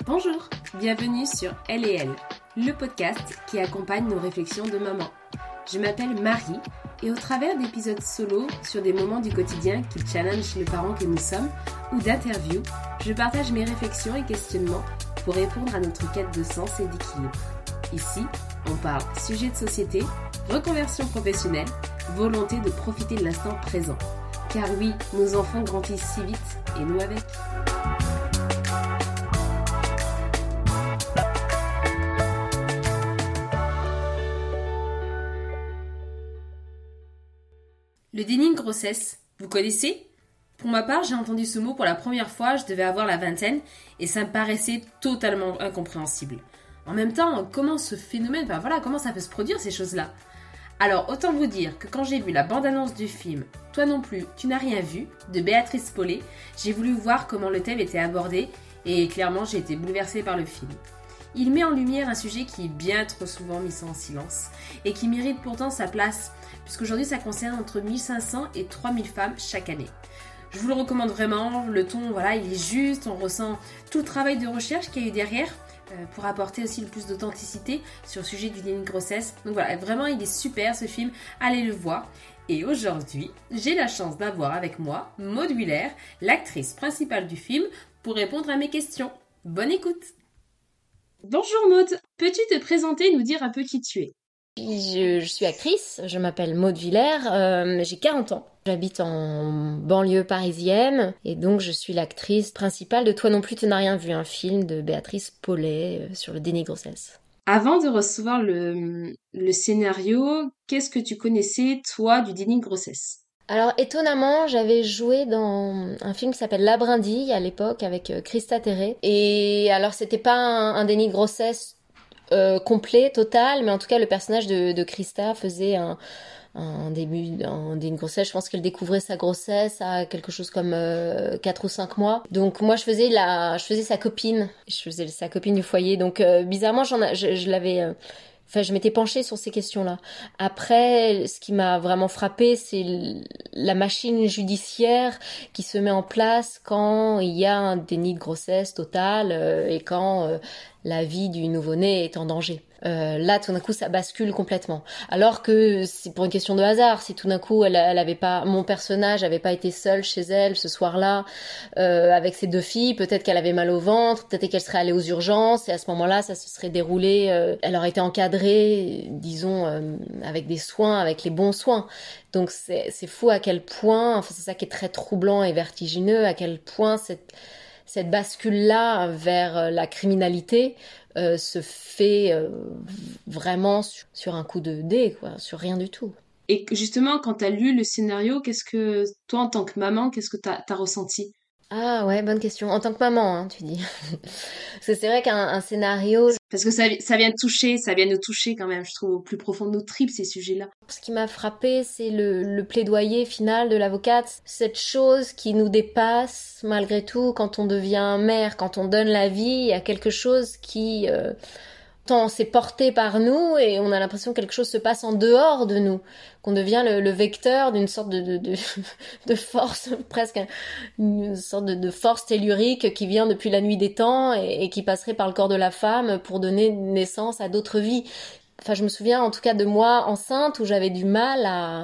Bonjour, bienvenue sur Elle et Elle, le podcast qui accompagne nos réflexions de maman. Je m'appelle Marie et au travers d'épisodes solo sur des moments du quotidien qui challengent les parents que nous sommes ou d'interviews, je partage mes réflexions et questionnements pour répondre à notre quête de sens et d'équilibre. Ici, on parle sujet de société, reconversion professionnelle, volonté de profiter de l'instant présent. Car oui, nos enfants grandissent si vite et nous avec. Le déni de grossesse, vous connaissez ? Pour ma part, j'ai entendu ce mot pour la première fois, je devais avoir la vingtaine et ça me paraissait totalement incompréhensible. En même temps, comment ce phénomène, comment ça peut se produire ces choses-là ? Alors, autant vous dire que quand j'ai vu la bande-annonce du film « Toi non plus, tu n'as rien vu » de Béatrice Paulet, j'ai voulu voir comment le thème était abordé et clairement j'ai été bouleversée par le film. Il met en lumière un sujet qui est bien trop souvent mis en silence et qui mérite pourtant sa place puisqu'aujourd'hui ça concerne entre 1500 et 3000 femmes chaque année. Je vous le recommande vraiment, le ton il est juste, on ressent tout le travail de recherche qu'il y a eu derrière pour apporter aussi le plus d'authenticité sur le sujet du déni de grossesse. Donc voilà, vraiment il est super ce film, allez le voir. Et aujourd'hui, j'ai la chance d'avoir avec moi Maud Willer, l'actrice principale du film, pour répondre à mes questions. Bonne écoute! Bonjour Maud, peux-tu te présenter et nous dire un peu qui tu es ? Je suis actrice, je m'appelle Maud Willer, j'ai 40 ans. J'habite en banlieue parisienne et donc je suis l'actrice principale de Toi non plus tu n'as rien vu, un film de Béatrice Paulet sur le déni de grossesse. Avant de recevoir le scénario, qu'est-ce que tu connaissais toi du déni de grossesse ? Alors étonnamment, j'avais joué dans un film qui s'appelle La Brindille à l'époque avec Christa Terré. Et alors c'était pas un déni de grossesse complet, total, mais en tout cas le personnage de Christa faisait un début d'un déni de grossesse. Je pense qu'elle découvrait sa grossesse à quelque chose comme 4 ou 5 mois. Donc moi je faisais sa copine. Je faisais sa copine du foyer. Donc bizarrement je l'avais... je m'étais penchée sur ces questions-là. Après, ce qui m'a vraiment frappée, c'est la machine judiciaire qui se met en place quand il y a un déni de grossesse total et quand la vie du nouveau-né est en danger. Là, tout d'un coup, ça bascule complètement. Alors que c'est pour une question de hasard. Si tout d'un coup, mon personnage avait pas été seul chez elle ce soir-là, avec ses 2 filles, peut-être qu'elle avait mal au ventre, peut-être qu'elle serait allée aux urgences, et à ce moment-là, ça se serait déroulé, elle aurait été encadrée, disons, avec des soins, avec les bons soins. Donc c'est fou à quel point, c'est ça qui est très troublant et vertigineux, à quel point cette bascule-là vers la criminalité se fait vraiment sur un coup de dé, sur rien du tout. Et justement, quand t'as lu le scénario, qu'est-ce que, toi en tant que maman, qu'est-ce que t'as ressenti ? Ah ouais, bonne question. En tant que maman, tu dis. Parce que c'est vrai qu'un scénario... Parce que ça vient nous toucher quand même, je trouve, au plus profond de nos tripes, ces sujets-là. Ce qui m'a frappée, c'est le plaidoyer final de l'avocate. Cette chose qui nous dépasse, malgré tout, quand on devient mère, quand on donne la vie, il y a quelque chose qui... Tant c'est porté par nous et on a l'impression que quelque chose se passe en dehors de nous, qu'on devient le vecteur d'une sorte de force, presque une sorte de force tellurique qui vient depuis la nuit des temps et qui passerait par le corps de la femme pour donner naissance à d'autres vies. Enfin, je me souviens en tout cas de moi enceinte où j'avais du mal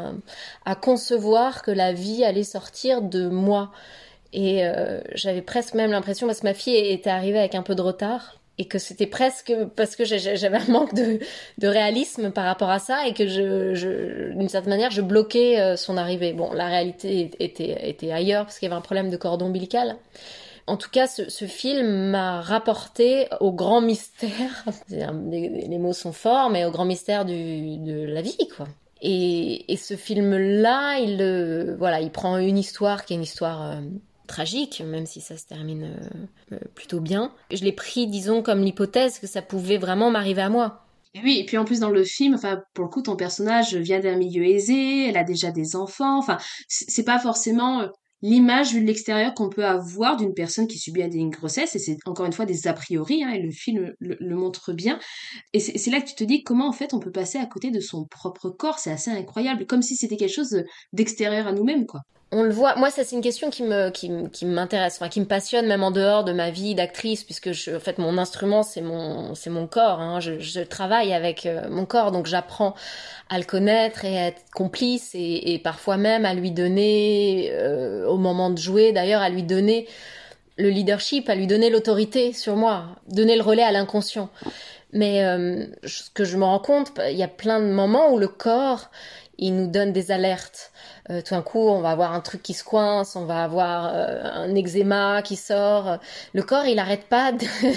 à concevoir que la vie allait sortir de moi. Et j'avais presque même l'impression, parce que ma fille était arrivée avec un peu de retard, et que c'était presque parce que j'avais un manque de réalisme par rapport à ça et que d'une certaine manière je bloquais son arrivée. Bon, la réalité était ailleurs parce qu'il y avait un problème de cordon ombilical. En tout cas, ce film m'a rapporté au grand mystère, les mots sont forts, mais au grand mystère de la vie, quoi. Et ce film-là, il prend une histoire qui est une histoire tragique, même si ça se termine plutôt bien. Je l'ai pris, disons, comme l'hypothèse que ça pouvait vraiment m'arriver à moi. Et oui, et puis en plus dans le film, pour le coup, ton personnage vient d'un milieu aisé, elle a déjà des enfants, c'est pas forcément l'image vue de l'extérieur qu'on peut avoir d'une personne qui subit une grossesse, et c'est encore une fois des a priori, et le film le montre bien. Et c'est là que tu te dis comment en fait on peut passer à côté de son propre corps, c'est assez incroyable, comme si c'était quelque chose d'extérieur à nous-mêmes, quoi. On le voit. Moi, ça, c'est une question qui m'intéresse, enfin, qui me passionne même en dehors de ma vie d'actrice, puisque en fait, mon instrument, c'est mon corps. Hein. Je travaille avec mon corps, donc j'apprends à le connaître et à être complice et parfois même à lui donner, au moment de jouer, d'ailleurs, à lui donner le leadership, à lui donner l'autorité sur moi, donner le relais à l'inconscient. Mais ce que je me rends compte, il y a plein de moments où le corps, il nous donne des alertes. Tout d'un coup, on va avoir un truc qui se coince, on va avoir un eczéma qui sort. Le corps, il n'arrête pas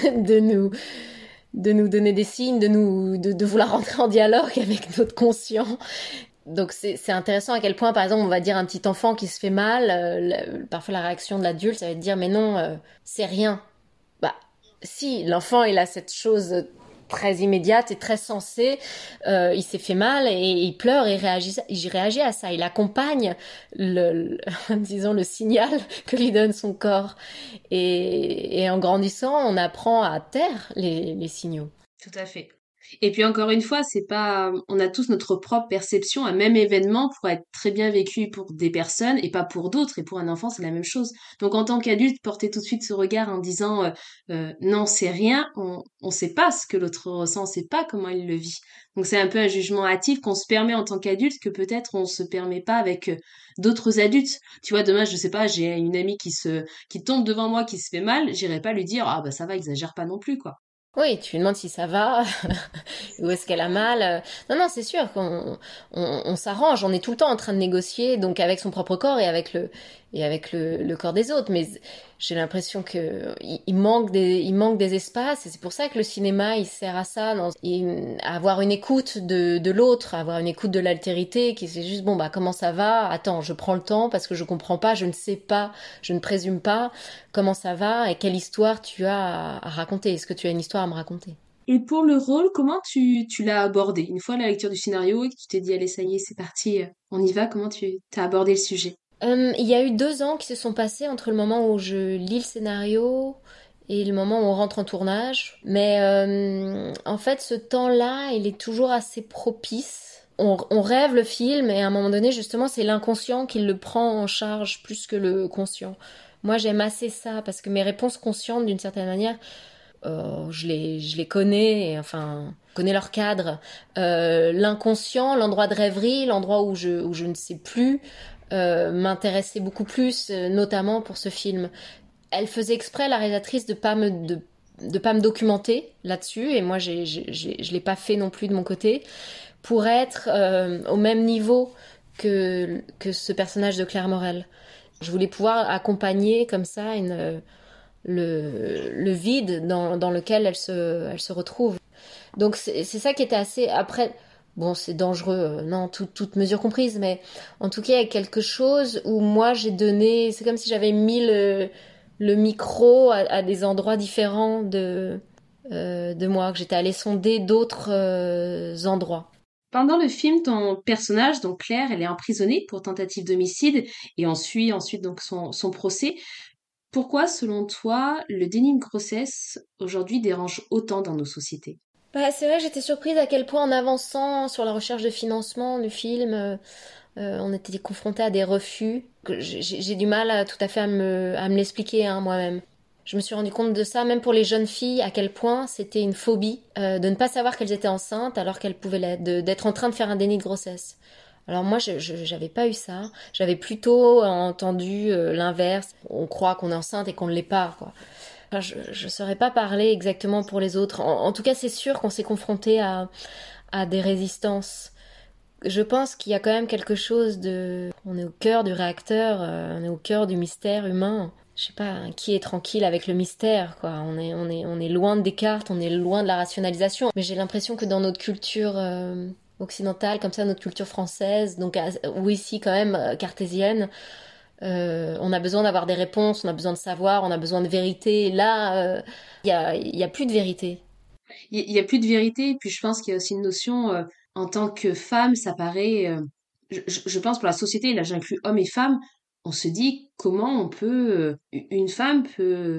de nous donner des signes, de vouloir rentrer en dialogue avec notre conscient. Donc c'est intéressant à quel point, par exemple, on va dire un petit enfant qui se fait mal, parfois la réaction de l'adulte, ça va être de dire mais non, c'est rien. Bah si, l'enfant il a cette chose très immédiate et très sensée, il s'est fait mal et il pleure et il réagit à ça, il accompagne disons le signal que lui donne son corps et en grandissant on apprend à taire les signaux. Tout à fait. Et puis encore une fois, c'est pas, on a tous notre propre perception. Un même événement pourrait être très bien vécu pour des personnes et pas pour d'autres. Et pour un enfant, c'est la même chose. Donc en tant qu'adulte, porter tout de suite ce regard en disant non, c'est rien. On sait pas ce que l'autre ressent, on sait pas comment il le vit. Donc c'est un peu un jugement hâtif qu'on se permet en tant qu'adulte que peut-être on se permet pas avec d'autres adultes. Tu vois, demain, je sais pas, j'ai une amie qui tombe devant moi, qui se fait mal, j'irai pas lui dire ah bah ça va, exagère pas non plus quoi. Oui, tu lui demandes si ça va, où est-ce qu'elle a mal. Non, non, c'est sûr on s'arrange. On est tout le temps en train de négocier, donc avec son propre corps et avec le corps des autres. Mais j'ai l'impression que il manque des espaces, et c'est pour ça que le cinéma, il sert à ça, à avoir une écoute de l'autre, à avoir une écoute de l'altérité, qui c'est juste bon bah comment ça va. Attends, je prends le temps parce que je comprends pas, je ne sais pas, je ne présume pas comment ça va et quelle histoire tu as à raconter. Est-ce que tu as une histoire à me raconter? Et pour le rôle, comment tu l'as abordé? Une fois la lecture du scénario et que tu t'es dit, allez, ça y est, c'est parti, on y va, comment tu t'as abordé le sujet? Il y a eu 2 ans qui se sont passés entre le moment où je lis le scénario et le moment où on rentre en tournage. Mais en fait, ce temps-là, il est toujours assez propice. On rêve le film et à un moment donné, justement, c'est l'inconscient qui le prend en charge plus que le conscient. Moi, j'aime assez ça parce que mes réponses conscientes, d'une certaine manière, je les connais, et, enfin, je connais leur cadre. L'inconscient, l'endroit de rêverie, l'endroit où je ne sais plus, m'intéressait beaucoup plus, notamment pour ce film. Elle faisait exprès, la réalisatrice, de pas me documenter là-dessus, et moi, je l'ai pas fait non plus de mon côté, pour être au même niveau que ce personnage de Claire Morel. Je voulais pouvoir accompagner comme ça le vide dans lequel elle se retrouve. Donc c'est ça qui était assez... Après, bon, c'est dangereux, non, toute mesure comprise, mais en tout cas, il y a quelque chose où moi j'ai donné... C'est comme si j'avais mis le micro à des endroits différents de moi, que j'étais allée sonder d'autres endroits. Pendant le film, ton personnage, donc Claire, elle est emprisonnée pour tentative d'homicide et on suit ensuite donc son procès. Pourquoi, selon toi, le déni de grossesse aujourd'hui dérange autant dans nos sociétés? Bah, c'est vrai, j'étais surprise à quel point en avançant sur la recherche de financement du film, on était confronté à des refus. Que j'ai du mal tout à fait à me l'expliquer hein, moi-même. Je me suis rendu compte de ça, même pour les jeunes filles, à quel point c'était une phobie de ne pas savoir qu'elles étaient enceintes alors qu'elles pouvaient l'être, d'être en train de faire un déni de grossesse. Alors moi, j'avais pas eu ça. J'avais plutôt entendu l'inverse. On croit qu'on est enceinte et qu'on ne l'est pas, quoi. Enfin, je saurais pas parler exactement pour les autres. En tout cas, c'est sûr qu'on s'est confronté à des résistances. Je pense qu'il y a quand même quelque chose de... On est au cœur du réacteur, on est au cœur du mystère humain. Je sais pas, qui est tranquille avec le mystère, quoi. On est loin de Descartes, on est loin de la rationalisation. Mais j'ai l'impression que dans notre culture occidentale, comme ça, notre culture française, donc ou ici quand même cartésienne, on a besoin d'avoir des réponses, on a besoin de savoir, on a besoin de vérité. Là, il y a plus de vérité. Il y a plus de vérité, et puis je pense qu'il y a aussi une notion, en tant que femme, ça paraît, je pense pour la société, et là j'inclus hommes et femmes, on se dit comment une femme peut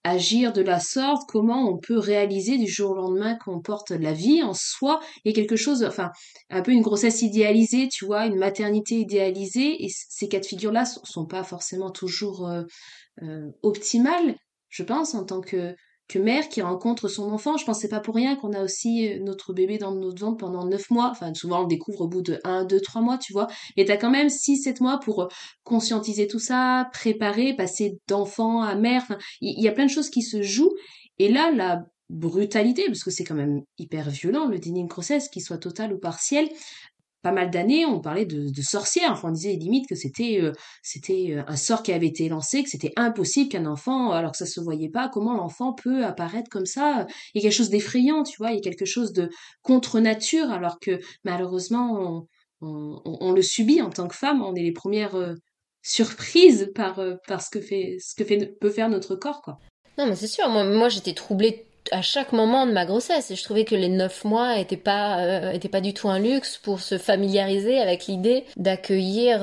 agir de la sorte, comment on peut réaliser du jour au lendemain qu'on porte la vie en soi. Il y a quelque chose, enfin, un peu une grossesse idéalisée, tu vois, une maternité idéalisée, et ces cas de figure-là sont pas forcément toujours optimales, je pense, en tant que mère qui rencontre son enfant. Je pense que c'est pas pour rien qu'on a aussi notre bébé dans notre ventre pendant 9 mois. Enfin, souvent on le découvre au bout de 1, 2, 3 mois, tu vois. Et t'as quand même 6, 7 mois pour conscientiser tout ça, préparer, passer d'enfant à mère. Enfin, il y a plein de choses qui se jouent. Et là, la brutalité, parce que c'est quand même hyper violent, le déni de grossesse, qu'il soit total ou partiel, pas mal d'années, on parlait de sorcières. Enfin, on disait limite que c'était un sort qui avait été lancé, que c'était impossible qu'un enfant, alors que ça se voyait pas, comment l'enfant peut apparaître comme ça. Il y a quelque chose d'effrayant, tu vois, il y a quelque chose de contre nature, alors que malheureusement, on le subit en tant que femme. On est les premières surprises par peut faire notre corps, quoi. Non, mais c'est sûr, moi j'étais troublée à chaque moment de ma grossesse et je trouvais que les 9 mois étaient pas du tout un luxe pour se familiariser avec l'idée d'accueillir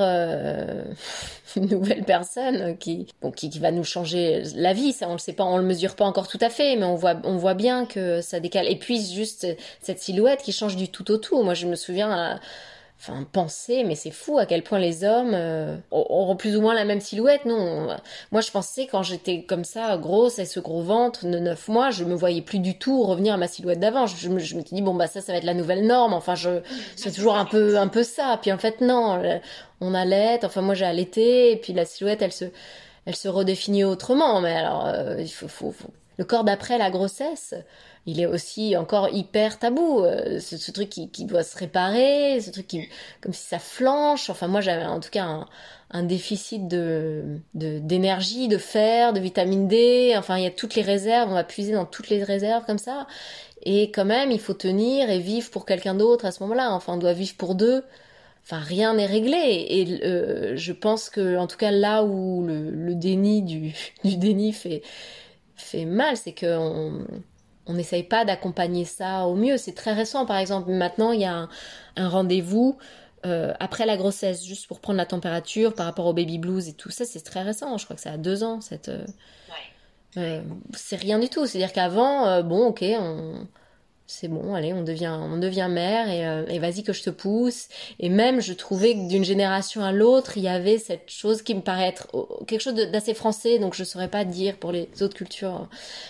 une nouvelle personne qui va nous changer la vie. Ça, on le sait pas, on le mesure pas encore tout à fait, mais on voit bien que ça décale. Et puis juste cette silhouette qui change du tout au tout. Moi, je me souviens, enfin, penser, mais c'est fou à quel point les hommes auront plus ou moins la même silhouette. Non, moi je pensais quand j'étais comme ça, grosse, avec ce gros ventre de 9 mois, je me voyais plus du tout revenir à ma silhouette d'avant. Je m'étais dit, bon bah ça va être la nouvelle norme. Enfin, c'est toujours un peu ça. Puis en fait, non, on allait, enfin moi j'ai allaité, et puis la silhouette, elle se redéfinit autrement. Mais alors, le corps d'après la grossesse, il est aussi encore hyper tabou. Ce truc qui doit se réparer, comme si ça flanche. Enfin, moi, j'avais en tout cas un déficit d'énergie, de fer, de vitamine D. Enfin, il y a toutes les réserves. On va puiser dans toutes les réserves comme ça. Et quand même, il faut tenir et vivre pour quelqu'un d'autre à ce moment-là. Enfin, on doit vivre pour deux. Enfin, rien n'est réglé. Et je pense que, en tout cas, là où le déni du déni fait mal, c'est que on n'essaye pas d'accompagner ça au mieux. C'est très récent, par exemple. Maintenant, il y a un rendez-vous après la grossesse, juste pour prendre la température par rapport au baby blues et tout ça. C'est très récent. Je crois que ça a 2 ans. C'est rien du tout. C'est-à-dire qu'avant, bon, ok, c'est bon, allez, on devient mère et vas-y que je te pousse. Et même, je trouvais que d'une génération à l'autre, il y avait cette chose qui me paraît être quelque chose d'assez français, donc je saurais pas dire pour les autres cultures.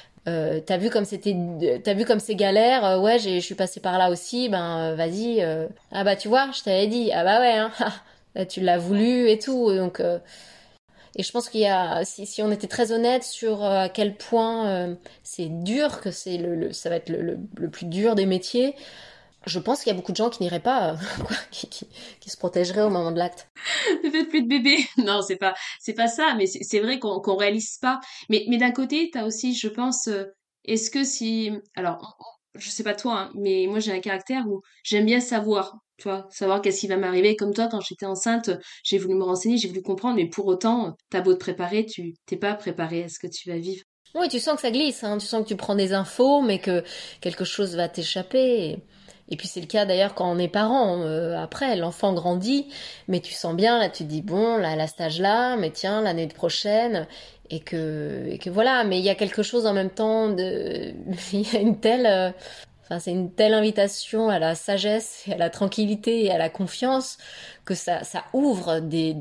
T'as vu comme c'est galère, ouais, je suis passée par là aussi, ben vas-y. Ah bah tu vois, je t'avais dit, ah bah ouais, hein, là, tu l'as voulu et tout, donc. Et je pense qu'il y a, si on était très honnête sur à quel point c'est dur, que c'est ça va être le plus dur des métiers, je pense qu'il y a beaucoup de gens qui n'iraient pas, quoi, qui se protégeraient au moment de l'acte. Ne faites plus de bébé. Non, c'est pas ça, mais c'est vrai qu'on réalise pas. Mais d'un côté, t'as aussi, je pense, est-ce que si, alors, je sais pas toi, hein, mais moi j'ai un caractère où j'aime bien savoir, tu vois, savoir qu'est-ce qui va m'arriver. Comme toi, quand j'étais enceinte, j'ai voulu me renseigner, j'ai voulu comprendre, mais pour autant, t'as beau te préparer, tu t'es pas préparé à ce que tu vas vivre. Oui, tu sens que ça glisse, hein, tu sens que tu prends des infos, mais que quelque chose va t'échapper. Et puis c'est le cas d'ailleurs quand on est parent. Après, l'enfant grandit, mais tu sens bien, là tu te dis, bon, là, à cet âge-là, mais tiens, l'année prochaine, et que voilà. Mais il y a quelque chose en même temps il y a une telle, enfin, c'est une telle invitation à la sagesse, et à la tranquillité et à la confiance que ça ouvre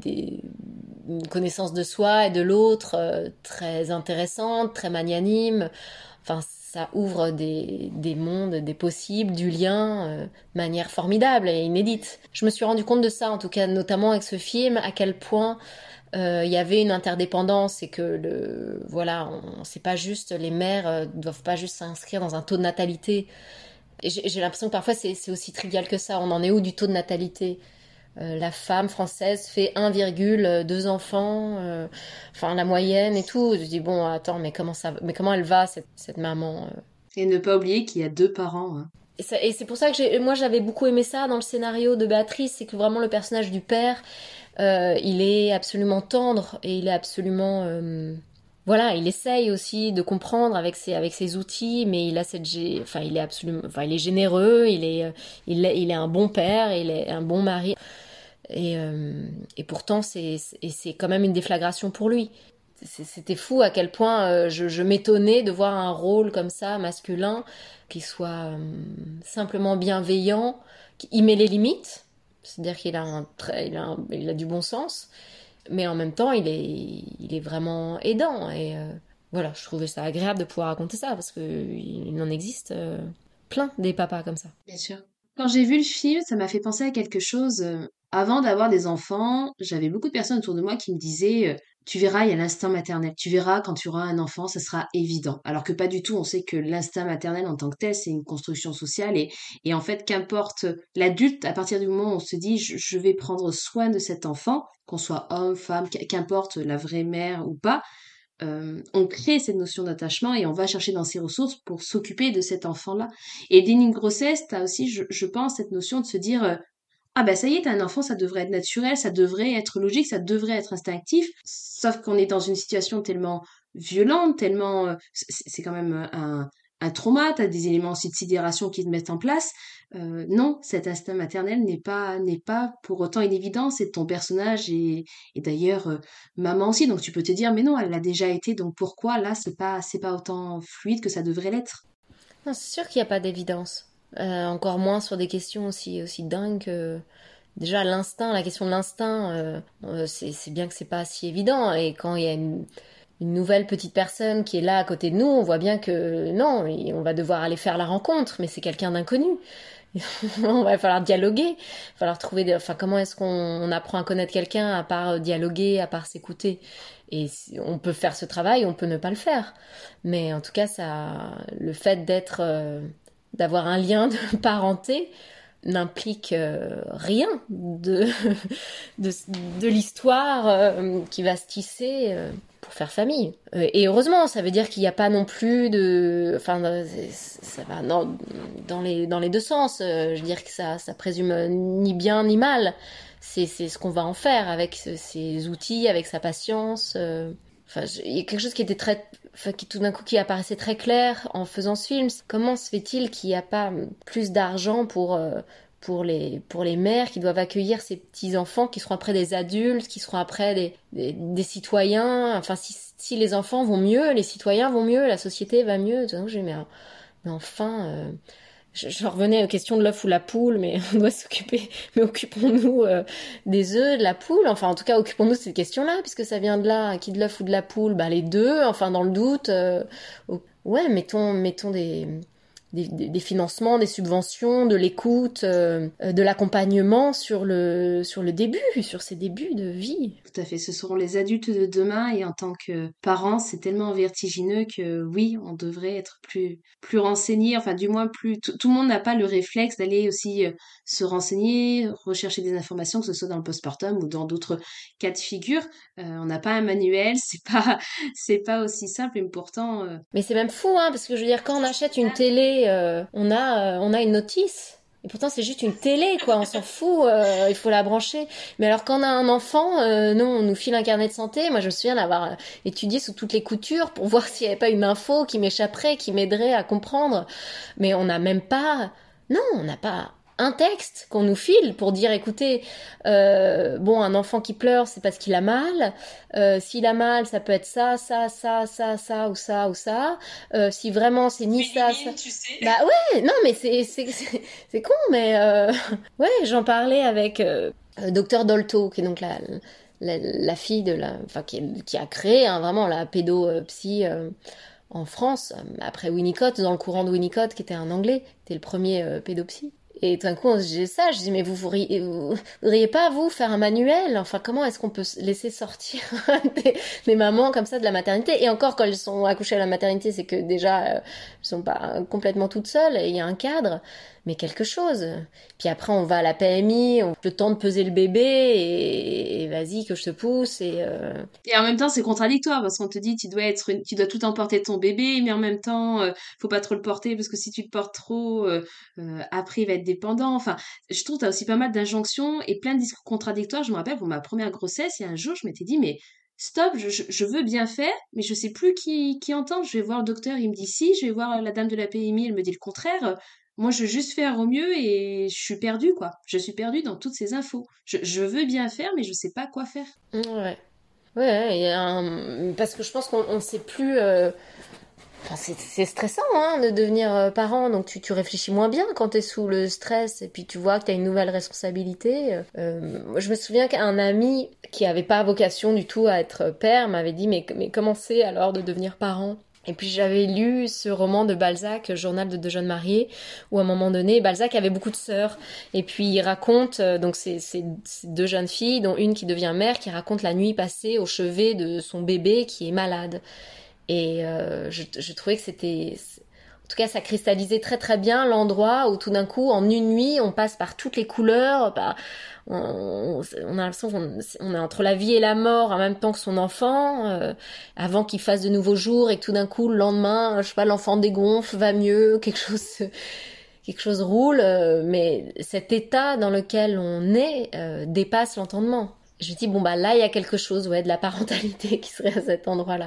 une connaissance de soi et de l'autre très intéressante, très magnanime. Enfin, ça ouvre des mondes, des possibles, du lien, de manière formidable et inédite. Je me suis rendu compte de ça, en tout cas, notamment avec ce film, à quel point il y avait une interdépendance et que voilà, c'est pas juste, les mères doivent pas juste s'inscrire dans un taux de natalité. Et j'ai l'impression que parfois c'est aussi trivial que ça. On en est où du taux de natalité? La femme française fait 1,2 enfants, enfin la moyenne et tout. Je dis bon, attends, mais comment elle va cette maman? Et ne pas oublier qu'il y a deux parents, hein. Et c'est pour ça que moi j'avais beaucoup aimé ça dans le scénario de Béatrice, c'est que vraiment le personnage du père, il est absolument tendre et il est absolument voilà, il essaye aussi de comprendre avec ses outils, mais il a enfin il est absolument, enfin il est généreux, il est un bon père, il est un bon mari. Et pourtant, c'est quand même une déflagration pour lui. c'était fou à quel point je m'étonnais de voir un rôle comme ça, masculin, qui soit simplement bienveillant, qui y met les limites, c'est-à-dire il a du bon sens, mais en même temps, il est vraiment aidant. Et voilà, je trouvais ça agréable de pouvoir raconter ça, parce qu'il en existe plein des papas comme ça. Bien sûr. Quand j'ai vu le film, ça m'a fait penser à quelque chose. Avant d'avoir des enfants, j'avais beaucoup de personnes autour de moi qui me disaient, tu verras, il y a l'instinct maternel. Tu verras, quand tu auras un enfant, ça sera évident. Alors que pas du tout. On sait que l'instinct maternel en tant que tel, c'est une construction sociale. Et en fait, qu'importe l'adulte, à partir du moment où on se dit, je vais prendre soin de cet enfant, qu'on soit homme, femme, qu'importe la vraie mère ou pas, on crée cette notion d'attachement et on va chercher dans ses ressources pour s'occuper de cet enfant-là. Et déni de grossesse, t'as aussi, je pense, cette notion de se dire, ah ben ça y est, t'as un enfant, ça devrait être naturel, ça devrait être logique, ça devrait être instinctif, sauf qu'on est dans une situation tellement violente, tellement... c'est quand même un trauma, t'as des éléments aussi de sidération qui se mettent en place. Non, cet instinct maternel n'est pas pour autant une évidence, c'est ton personnage et d'ailleurs maman aussi, donc tu peux te dire, mais non, elle l'a déjà été, donc pourquoi là, c'est pas autant fluide que ça devrait l'être. Non, c'est sûr qu'il n'y a pas d'évidence. Encore moins sur des questions aussi dingues que... Déjà, l'instinct, la question de l'instinct, c'est bien que c'est pas si évident. Et quand il y a une nouvelle petite personne qui est là à côté de nous, on voit bien que non, on va devoir aller faire la rencontre, mais c'est quelqu'un d'inconnu. On va falloir dialoguer, il va falloir trouver enfin, comment est-ce qu'on apprend à connaître quelqu'un à part dialoguer, à part s'écouter. Et on peut faire ce travail, on peut ne pas le faire. Mais en tout cas, le fait d'avoir un lien de parenté n'implique rien de, de l'histoire qui va se tisser pour faire famille. Et heureusement, ça veut dire qu'il n'y a pas non plus de... Enfin, ça va dans les deux sens. Je veux dire que ça présume ni bien ni mal. C'est ce qu'on va en faire avec ses outils, avec sa patience. Enfin, il y a quelque chose qui était enfin, qui tout d'un coup qui apparaissait très clair en faisant ce film. Comment se fait-il qu'il n'y a pas plus d'argent pour les mères qui doivent accueillir ces petits enfants qui seront après des adultes, qui seront après des citoyens. Enfin, si les enfants vont mieux, les citoyens vont mieux, la société va mieux. Donc, mais enfin, je revenais aux questions de l'œuf ou la poule, mais on doit s'occuper. Mais occupons-nous des œufs, de la poule. Enfin, en tout cas, occupons-nous de ces questions-là, puisque ça vient de là. Qui de l'œuf ou de la poule? Bah, les deux. Enfin, dans le doute. Ouais, mettons des financements, des subventions, de l'écoute, de l'accompagnement sur le début, sur ces débuts de vie. Tout à fait, ce seront les adultes de demain et en tant que parents, c'est tellement vertigineux que oui, on devrait être plus renseigné, enfin du moins plus... Tout le monde n'a pas le réflexe d'aller aussi se renseigner, rechercher des informations, que ce soit dans le postpartum ou dans d'autres cas de figure. On n'a pas un manuel, c'est pas aussi simple et pourtant... Mais c'est même fou, hein, parce que je veux dire, quand on achète une télé, on a une notice. Et pourtant, c'est juste une télé, quoi. On s'en fout. Il faut la brancher. Mais alors, quand on a un enfant, non, on nous file un carnet de santé. Moi, je me souviens d'avoir étudié sous toutes les coutures pour voir s'il n'y avait pas une info qui m'échapperait, qui m'aiderait à comprendre. Mais on n'a même pas... Non, on n'a pas un texte qu'on nous file pour dire, écoutez, bon, un enfant qui pleure, c'est parce qu'il a mal. S'il a mal, ça peut être ça, ça, ça, ça, ça, ou ça, ou ça. Si vraiment c'est ni ça, ça... Tu sais. Bah ouais, non, mais c'est con, mais ouais, j'en parlais avec Docteur Dolto, qui est donc la fille enfin, qui a créé hein, vraiment la pédopsie en France, après Winnicott, dans le courant de Winnicott, qui était un Anglais, qui était le premier pédopsie. Et tout d'un coup, j'ai ça, je dis, mais vous voudriez pas, vous, faire un manuel? Enfin, comment est-ce qu'on peut laisser sortir des mamans comme ça de la maternité? Et encore, quand elles sont accouchées à la maternité, c'est que déjà, elles sont pas complètement toutes seules, et il y a un cadre, mais quelque chose. Puis après, on va à la PMI, le temps de peser le bébé, et vas-y, que je te pousse, Et en même temps, c'est contradictoire parce qu'on te dit tu dois tout emporter de ton bébé, mais en même temps, faut pas trop le porter parce que si tu le portes trop, après il va être dépendant. Enfin, je trouve que t'as aussi pas mal d'injonctions et plein de discours contradictoires. Je me rappelle pour ma première grossesse, il y a un jour, je m'étais dit mais stop, je veux bien faire, mais je sais plus qui entendre. Je vais voir le docteur, il me dit si, je vais voir la dame de la PMI, elle me dit le contraire. Moi, je veux juste faire au mieux et je suis perdue, quoi. Je suis perdue dans toutes ces infos. Je veux bien faire, mais je sais pas quoi faire. ouais. Ouais, parce que je pense qu'on ne sait plus. Enfin, c'est stressant de devenir parent, donc tu réfléchis moins bien quand tu es sous le stress et puis tu vois que tu as une nouvelle responsabilité. Je me souviens qu'un ami qui avait pas vocation du tout à être père m'avait dit mais comment c'est alors de devenir parent? Et puis j'avais lu ce roman de Balzac, Journal de deux jeunes mariés, où à un moment donné, Balzac avait beaucoup de sœurs. Et puis il raconte, donc c'est deux jeunes filles, dont une qui devient mère, qui raconte la nuit passée au chevet de son bébé qui est malade. Et je trouvais que c'était... En tout cas, ça cristallisait très très bien l'endroit où tout d'un coup, en une nuit, on passe par toutes les couleurs. On a l'impression qu'on est entre la vie et la mort en même temps que son enfant, avant qu'il fasse de nouveaux jours et que tout d'un coup, le lendemain, je sais pas, l'enfant dégonfle, va mieux, quelque chose roule. Mais cet état dans lequel on est dépasse l'entendement. Je me dis, bon bah là, il y a quelque chose, ouais, de la parentalité qui serait à cet endroit-là.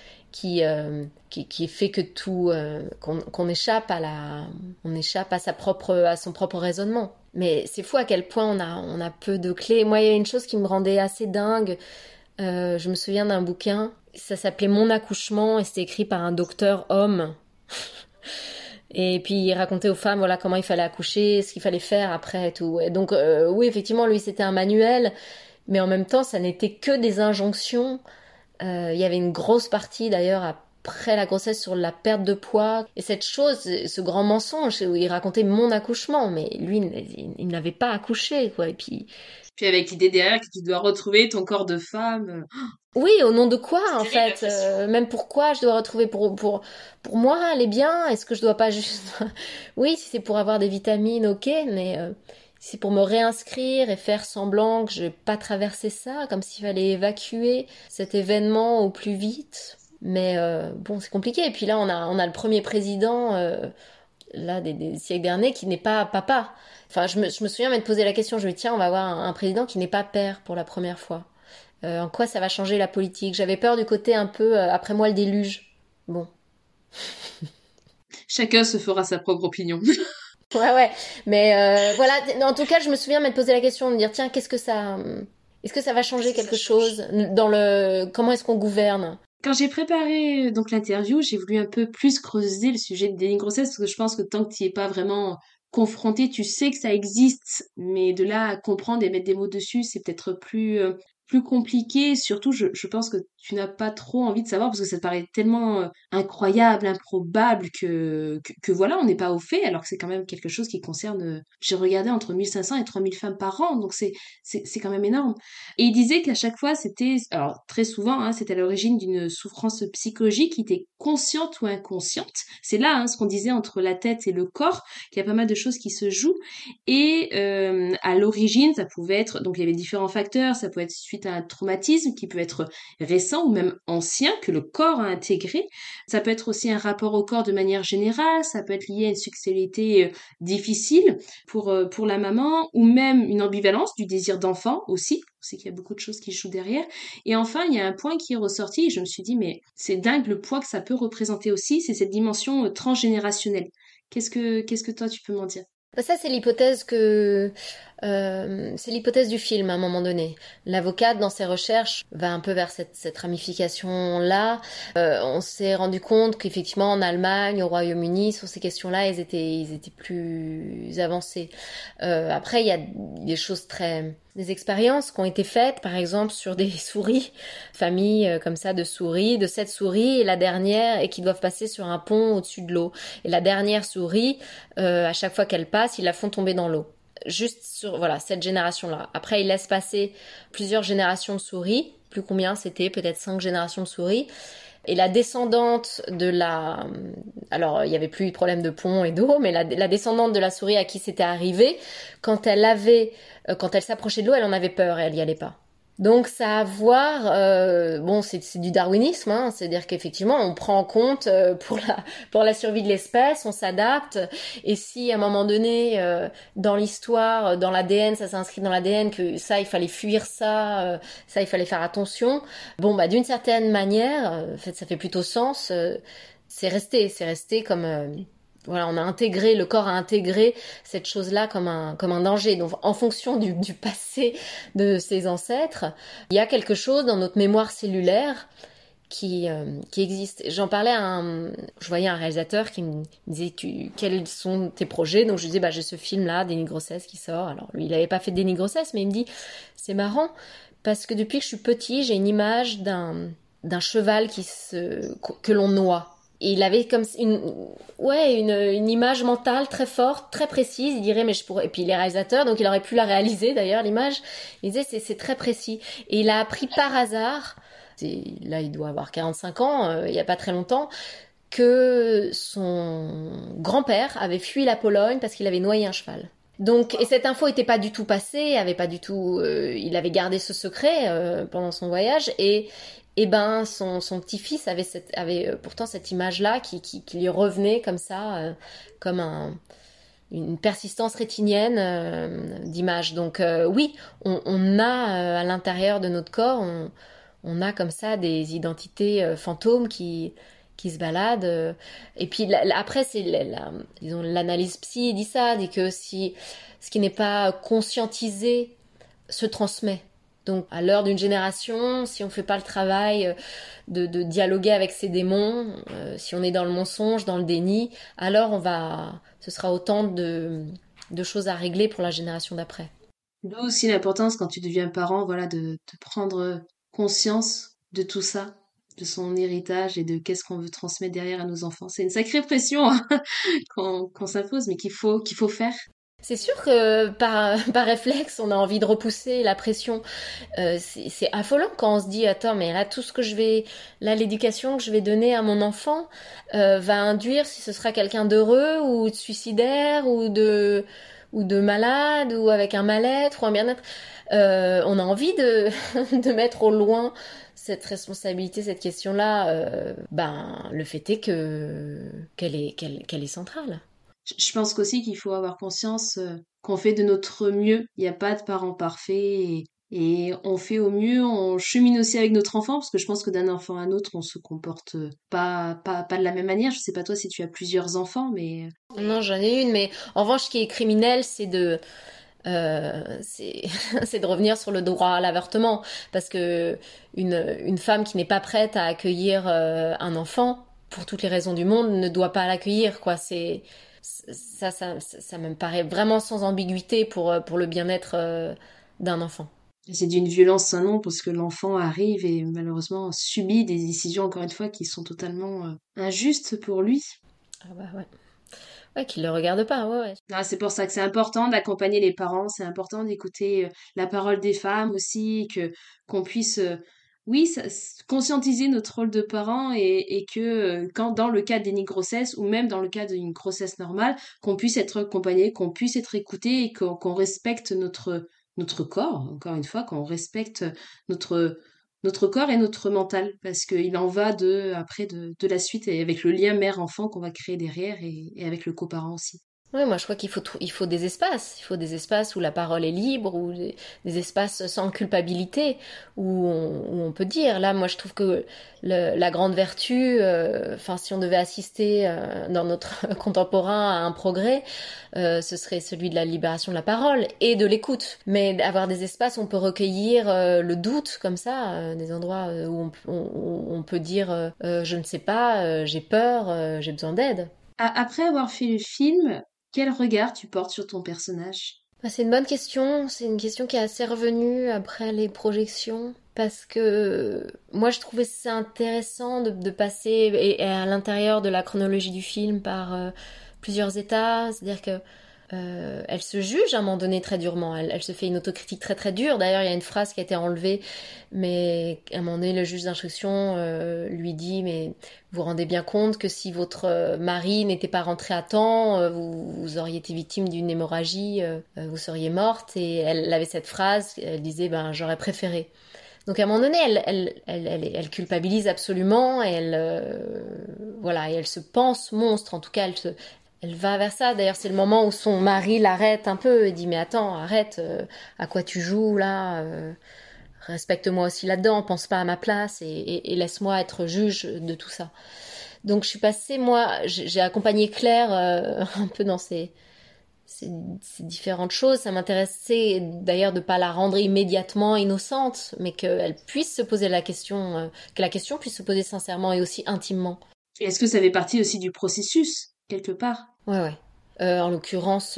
Qui fait que tout qu'on échappe on échappe à son propre raisonnement. Mais c'est fou à quel point on a peu de clés. Moi, il y a une chose qui me rendait assez dingue. Je me souviens d'un bouquin, ça s'appelait Mon accouchement et c'était écrit par un docteur homme. Et puis il racontait aux femmes voilà comment il fallait accoucher, ce qu'il fallait faire après et tout. Et donc oui, effectivement, lui c'était un manuel, mais en même temps, ça n'était que des injonctions. Il y avait une grosse partie d'ailleurs après la grossesse sur la perte de poids. Et cette chose, ce grand mensonge où il racontait mon accouchement, mais lui, il n'avait pas accouché, quoi. Et Puis avec l'idée derrière que tu dois retrouver ton corps de femme. oui, au nom de quoi, en C'est terrible, fait même pourquoi je dois retrouver pour moi, aller bien? Est-ce que je dois pas juste... Oui, si c'est pour avoir des vitamines, ok, mais si c'est pour me réinscrire et faire semblant que je vais pas traverser ça, comme s'il fallait évacuer cet événement au plus vite. Mais bon, c'est compliqué. Et puis là, on a le premier président là des siècles derniers qui n'est pas papa. Enfin, je me souviens m'être posé la question. Je me dis, tiens, on va avoir un président qui n'est pas père pour la première fois. En quoi ça va changer la politique? J'avais peur du côté un peu après moi le déluge. Bon. Chacun se fera sa propre opinion. Ouais, ouais. Mais voilà, en tout cas, je me souviens m'être posé la question de me dire, tiens, est-ce que ça va changer quelque chose dans comment est-ce qu'on gouverne? Quand j'ai préparé donc l'interview, j'ai voulu un peu plus creuser le sujet de déni de grossesse parce que je pense que tant que tu n'y es pas vraiment confronté, tu sais que ça existe, mais de là à comprendre et mettre des mots dessus, c'est peut-être plus compliqué. Surtout, je pense que tu n'as pas trop envie de savoir parce que ça te paraît tellement incroyable, improbable que voilà, on n'est pas au fait, alors que c'est quand même quelque chose qui concerne, j'ai regardé entre 1500 et 3000 femmes par an, donc c'est quand même énorme. Et il disait qu'à chaque fois, c'était, alors très souvent, hein, c'était à l'origine d'une souffrance psychologique qui était consciente ou inconsciente. C'est là, hein, ce qu'on disait entre la tête et le corps, qu'il y a pas mal de choses qui se jouent. Et à l'origine, ça pouvait être, donc il y avait différents facteurs, ça peut être suite à un traumatisme qui peut être récent ou même ancien, que le corps a intégré. Ça peut être aussi un rapport au corps de manière générale, ça peut être lié à une sexualité difficile pour la maman, ou même une ambivalence du désir d'enfant aussi. On sait qu'il y a beaucoup de choses qui jouent derrière. Et enfin, il y a un point qui est ressorti, et je me suis dit, mais c'est dingue le poids que ça peut représenter aussi, c'est cette dimension transgénérationnelle. Qu'est-ce que toi tu peux m'en dire? Ça, c'est l'hypothèse du film à un moment donné. L'avocate, dans ses recherches, va un peu vers cette ramification-là. On s'est rendu compte qu'effectivement, en Allemagne, au Royaume-Uni, sur ces questions-là, ils étaient plus avancés. Après, il y a des expériences qui ont été faites, par exemple, sur des souris, familles comme ça de souris, de 7 souris, et la dernière, et qui doivent passer sur un pont au-dessus de l'eau. Et la dernière souris, à chaque fois qu'elle passe, ils la font tomber dans l'eau. Juste sur, voilà, cette génération-là. Après, ils laissent passer plusieurs générations de souris. Plus combien c'était, peut-être 5 générations de souris. Et la descendante alors il y avait plus de problème de pont et d'eau, mais la descendante de la souris à qui c'était arrivé, quand elle s'approchait de l'eau, elle en avait peur et elle y allait pas. Donc ça a à voir, bon c'est du darwinisme, hein, c'est-à-dire qu'effectivement on prend en compte pour la survie de l'espèce, on s'adapte, et si à un moment donné dans l'histoire, dans l'ADN, ça s'inscrit dans l'ADN que ça il fallait fuir ça il fallait faire attention, bon bah d'une certaine manière, en fait ça fait plutôt sens, c'est resté comme voilà, le corps a intégré cette chose-là comme un danger. Donc, en fonction du passé de ses ancêtres, il y a quelque chose dans notre mémoire cellulaire qui existe. Je voyais un réalisateur qui me disait quels sont tes projets. Donc je lui disais j'ai ce film là, Déni de grossesse qui sort. Alors lui il avait pas fait de Déni de grossesse, mais il me dit c'est marrant parce que depuis que je suis petit j'ai une image d'un cheval que l'on noie. Et il avait comme une image mentale très forte, très précise. Il dirait, mais je pourrais. Et puis il est réalisateur, donc il aurait pu la réaliser d'ailleurs, l'image. Il disait, c'est très précis. Et il a appris par hasard, là il doit avoir 45 ans, il y a pas très longtemps, que son grand-père avait fui la Pologne parce qu'il avait noyé un cheval. Donc, et cette info était pas du tout passée, il avait gardé ce secret pendant son voyage et ben son petit-fils avait pourtant cette image-là qui lui revenait comme ça, comme une persistance rétinienne d'image. Donc oui, on a à l'intérieur de notre corps, on a comme ça des identités fantômes qui se baladent. Et puis après, disons, l'analyse psy dit ça, dit que si ce qui n'est pas conscientisé se transmet. Donc, à l'heure d'une génération, si on ne fait pas le travail de dialoguer avec ses démons, si on est dans le mensonge, dans le déni, alors ce sera autant de choses à régler pour la génération d'après. D'où aussi l'importance quand tu deviens parent, voilà, de prendre conscience de tout ça, de son héritage et de qu'est-ce qu'on veut transmettre derrière à nos enfants. C'est une sacrée pression hein, qu'on s'impose, mais qu'il faut faire. C'est sûr que par réflexe, on a envie de repousser la pression. C'est affolant quand on se dit attends, mais là l'éducation que je vais donner à mon enfant va induire si ce sera quelqu'un d'heureux ou de suicidaire ou de malade ou avec un mal-être ou un bien-être. On a envie de de mettre au loin cette responsabilité, cette question-là. Le fait est qu'elle est centrale. Je pense qu'aussi qu'il faut avoir conscience qu'on fait de notre mieux. Il n'y a pas de parents parfaits et on fait au mieux. On chemine aussi avec notre enfant parce que je pense que d'un enfant à un autre, on se comporte pas de la même manière. Je sais pas toi si tu as plusieurs enfants, mais Non, j'en ai une, mais en revanche, ce qui est criminel, c'est de revenir sur le droit à l'avortement, parce que une femme qui n'est pas prête à accueillir un enfant, pour toutes les raisons du monde, ne doit pas l'accueillir, quoi. Ça me paraît vraiment sans ambiguïté pour le bien-être d'un enfant. c'est d'une violence sans nom parce que l'enfant arrive et malheureusement subit des décisions encore une fois qui sont totalement injustes pour lui. Ah bah ouais. Ouais, qu'il le regarde pas, ouais, ouais. Ah, c'est pour ça que c'est important d'accompagner les parents, c'est important d'écouter la parole des femmes aussi, que qu'on puisse, oui, conscientiser notre rôle de parent et que quand dans le cas d'une grossesse ou même dans le cas d'une grossesse normale, qu'on puisse être accompagné, qu'on puisse être écouté et qu'on respecte notre corps, encore une fois, qu'on respecte notre notre corps et notre mental, parce qu'il en va après de la suite et avec le lien mère-enfant qu'on va créer derrière et avec le coparent aussi. Ouais, moi je crois il faut des espaces. Il faut des espaces où la parole est libre, ou des espaces sans culpabilité, où on peut dire. Là, moi je trouve que la grande vertu, enfin si on devait assister dans notre contemporain à un progrès, ce serait celui de la libération de la parole et de l'écoute. Mais avoir des espaces où on peut recueillir le doute comme ça, des endroits où on peut dire je ne sais pas, j'ai peur, j'ai besoin d'aide. Après avoir fait le film, quel regard tu portes sur ton personnage? C'est une bonne question. C'est une question qui est assez revenue après les projections. Parce que moi, je trouvais ça intéressant de passer et à l'intérieur de la chronologie du film par plusieurs états. C'est-à-dire que elle se juge à un moment donné très durement. Elle se fait une autocritique très très dure. D'ailleurs, il y a une phrase qui a été enlevée, mais à un moment donné, le juge d'instruction lui dit, mais vous vous rendez bien compte que si votre mari n'était pas rentré à temps, vous auriez été victime d'une hémorragie, vous seriez morte. Et elle avait cette phrase, elle disait, ben j'aurais préféré. Donc à un moment donné, elle culpabilise absolument, et voilà, et elle se pense monstre. En tout cas, elle va vers ça. D'ailleurs, c'est le moment où son mari l'arrête un peu et dit mais attends, arrête, à quoi tu joues là, respecte-moi aussi là-dedans, pense pas à ma place et laisse-moi être juge de tout ça. Donc je suis passée, moi, j'ai accompagné Claire un peu dans ces différentes choses. Ça m'intéressait d'ailleurs de pas la rendre immédiatement innocente, mais qu'elle puisse se poser la question, que la question puisse se poser sincèrement et aussi intimement. Et est-ce que ça fait partie aussi du processus, quelque part? Ouais, ouais. En l'occurrence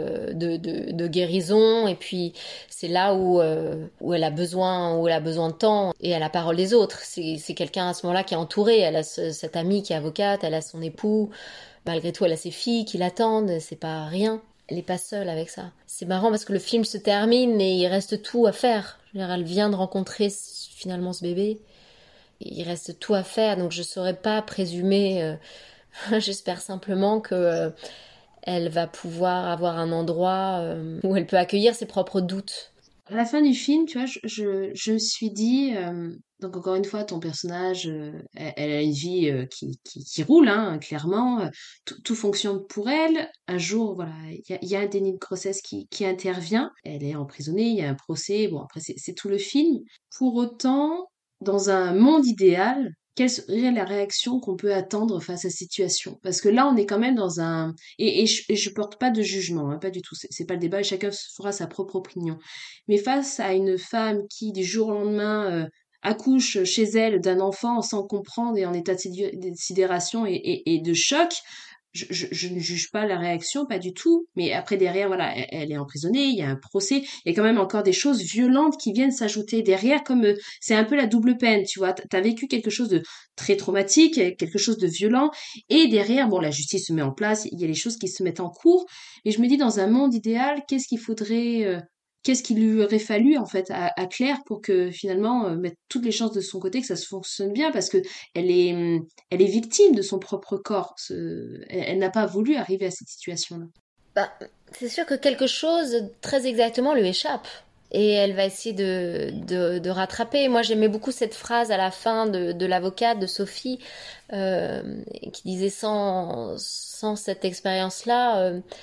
de guérison, et puis c'est là où où elle a besoin de temps et à la parole des autres. C'est quelqu'un à ce moment-là qui est entouré. Elle a cette amie qui est avocate, elle a son époux. Malgré tout, elle a ses filles qui l'attendent. C'est pas rien. Elle est pas seule avec ça. C'est marrant parce que le film se termine et il reste tout à faire. Je veux dire, elle vient de rencontrer finalement ce bébé. Il reste tout à faire, donc je saurais pas présumer. J'espère simplement que elle va pouvoir avoir un endroit où elle peut accueillir ses propres doutes. À la fin du film, tu vois, je me suis dit, donc encore une fois, ton personnage, elle a une vie qui roule, hein, clairement, tout fonctionne pour elle. Un jour, voilà, il y a un déni de grossesse qui intervient. Elle est emprisonnée, il y a un procès. Bon, après, c'est tout le film. Pour autant, dans un monde idéal, quelle serait la réaction qu'on peut attendre face à cette situation? Parce que là, on est quand même dans un... et je porte pas de jugement, hein, pas du tout. C'est pas le débat, et chacun se fera sa propre opinion. Mais face à une femme qui, du jour au lendemain, accouche chez elle d'un enfant sans comprendre et en état de sidération et de choc, je ne juge pas la réaction, pas du tout. Mais après, derrière, voilà, elle est emprisonnée, il y a un procès, il y a quand même encore des choses violentes qui viennent s'ajouter derrière, comme c'est un peu la double peine, tu vois. T'as vécu quelque chose de très traumatique, quelque chose de violent, et derrière, bon, la justice se met en place, il y a les choses qui se mettent en cours. Et je me dis, dans un monde idéal, qu'est-ce qu'il lui aurait fallu en fait à Claire pour que finalement mettre toutes les chances de son côté que ça se fonctionne bien parce que elle est victime de son propre corps. Elle n'a pas voulu arriver à cette situation-là. Bah, c'est sûr que quelque chose très exactement lui échappe. Et elle va essayer de rattraper. Moi, j'aimais beaucoup cette phrase à la fin de l'avocate, de Sophie, euh, qui disait sans cette expérience-là,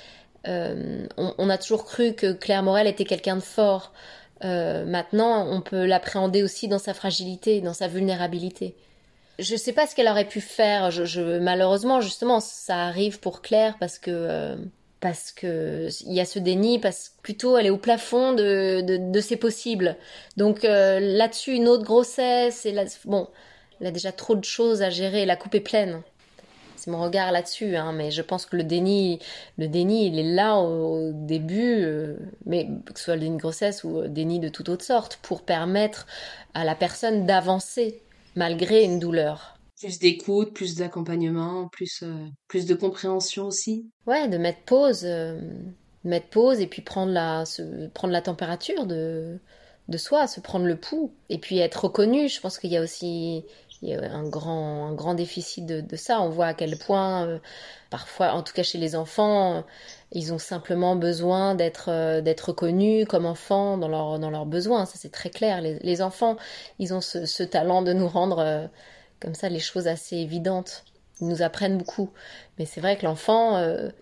on a toujours cru que Claire Morel était quelqu'un de fort. Maintenant, on peut l'appréhender aussi dans sa fragilité, dans sa vulnérabilité. Je sais pas ce qu'elle aurait pu faire. Malheureusement, justement, ça arrive pour Claire parce que il y a ce déni, parce que plutôt elle est au plafond de ses possibles. Donc là-dessus, une autre grossesse, et là, bon, elle a déjà trop de choses à gérer. La coupe est pleine. C'est mon regard là-dessus, hein, mais je pense que le déni, il est là au début, mais que ce soit le déni de grossesse ou déni de toute autre sorte, pour permettre à la personne d'avancer malgré une douleur. Plus d'écoute, plus d'accompagnement, plus de compréhension aussi. Ouais, de mettre pause et puis prendre la température de soi, se prendre le pouls et puis être reconnu. Je pense qu'il y a aussi il y a un grand déficit de ça. On voit à quel point, parfois, en tout cas chez les enfants, ils ont simplement besoin d'être reconnus comme enfants dans leurs besoins. Ça, c'est très clair. Les enfants, ils ont ce talent de nous rendre comme ça les choses assez évidentes. Ils nous apprennent beaucoup. Mais c'est vrai que l'enfant,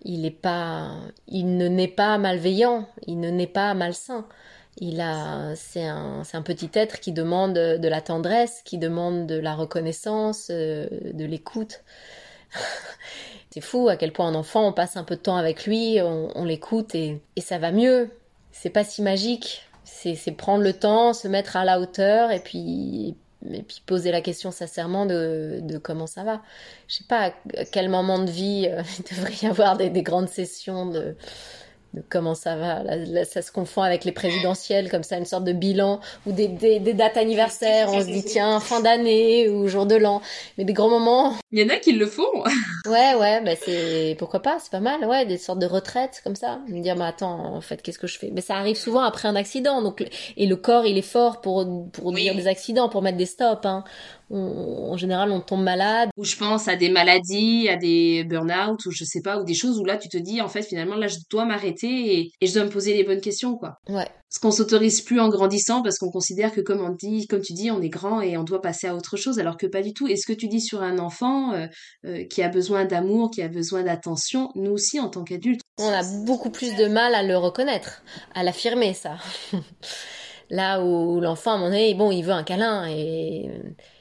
il ne naît pas malveillant, il ne naît pas malsain. C'est un petit être qui demande de la tendresse, qui demande de la reconnaissance, de l'écoute. C'est fou à quel point un enfant, on passe un peu de temps avec lui, on l'écoute et ça va mieux. C'est pas si magique. C'est prendre le temps, se mettre à la hauteur et puis poser la question sincèrement de comment ça va. Je sais pas à quel moment de vie il devrait y avoir des grandes sessions de comment ça va. Là, ça se confond avec les présidentielles, comme ça, une sorte de bilan ou des dates anniversaires. On se dit, tiens, fin d'année ou jour de l'an. Mais des grands moments. Il y en a qui le font. Ouais, bah pourquoi pas, c'est pas mal, ouais, des sortes de retraites comme ça. Me dire, bah attends, en fait, qu'est-ce que je fais? Mais ça arrive souvent après un accident, donc, et le corps, il est fort pour dire des Oui. accidents, pour mettre des stops, hein. En général, on tombe malade. Ou je pense à des maladies, à des burn-out, ou je sais pas, ou des choses où là tu te dis en fait finalement là je dois m'arrêter et je dois me poser les bonnes questions quoi. Ouais. Ce qu'on s'autorise plus en grandissant parce qu'on considère que comme tu dis, on est grand et on doit passer à autre chose alors que pas du tout. Et ce que tu dis sur un enfant qui a besoin d'amour, qui a besoin d'attention, nous aussi en tant qu'adultes. On a beaucoup plus de mal à le reconnaître, à l'affirmer, ça. Là où l'enfant, à un moment donné, bon, il veut un câlin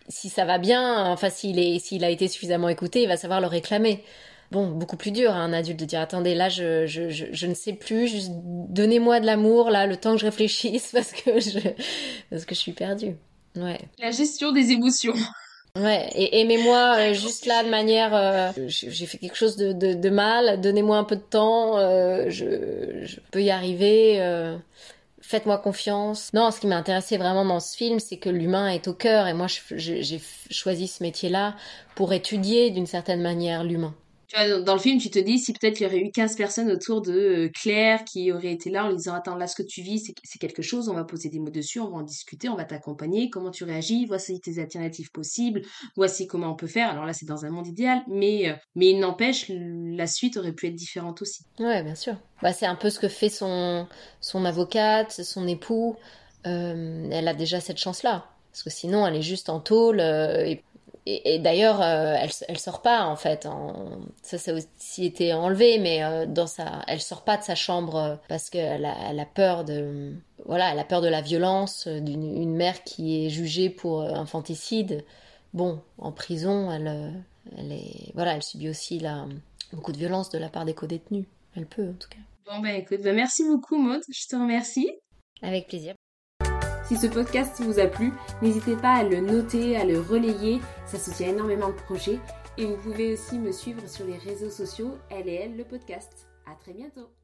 si ça va bien, enfin s'il a été suffisamment écouté, il va savoir le réclamer. Bon, beaucoup plus dur à un adulte de dire attendez, là je ne sais plus, juste donnez-moi de l'amour, là, le temps que je réfléchisse parce que je suis perdue. Ouais. La gestion des émotions. Ouais, et aimez-moi juste là de manière j'ai fait quelque chose de mal, donnez-moi un peu de temps, je peux y arriver, faites-moi confiance. Non, ce qui m'a intéressé vraiment dans ce film, c'est que l'humain est au cœur et moi j'ai choisi ce métier-là pour étudier d'une certaine manière l'humain. Tu vois, dans le film, tu te dis si peut-être il y aurait eu 15 personnes autour de Claire qui auraient été là en lui disant attends, là ce que tu vis, c'est quelque chose, on va poser des mots dessus, on va en discuter, on va t'accompagner, comment tu réagis, voici tes alternatives possibles, voici comment on peut faire. Alors là, c'est dans un monde idéal, mais il n'empêche, la suite aurait pu être différente aussi. Ouais, bien sûr. Bah, c'est un peu ce que fait son avocate, son époux. Elle a déjà cette chance-là. Parce que sinon, elle est juste en tôle. Et d'ailleurs, elle sort pas, en fait. Ça a aussi été enlevé, mais elle sort pas de sa chambre parce elle a peur voilà, elle a peur de la violence d'une mère qui est jugée pour infanticide. Bon, en prison, voilà, elle subit aussi beaucoup de violence de la part des codétenus. Elle peut, en tout cas. Bon bah écoute, bah merci beaucoup Maud, je te remercie. Avec plaisir. Si ce podcast vous a plu, n'hésitez pas à le noter, à le relayer, ça soutient énormément le projet. Et vous pouvez aussi me suivre sur les réseaux sociaux, Elle et Elle, le podcast. À très bientôt.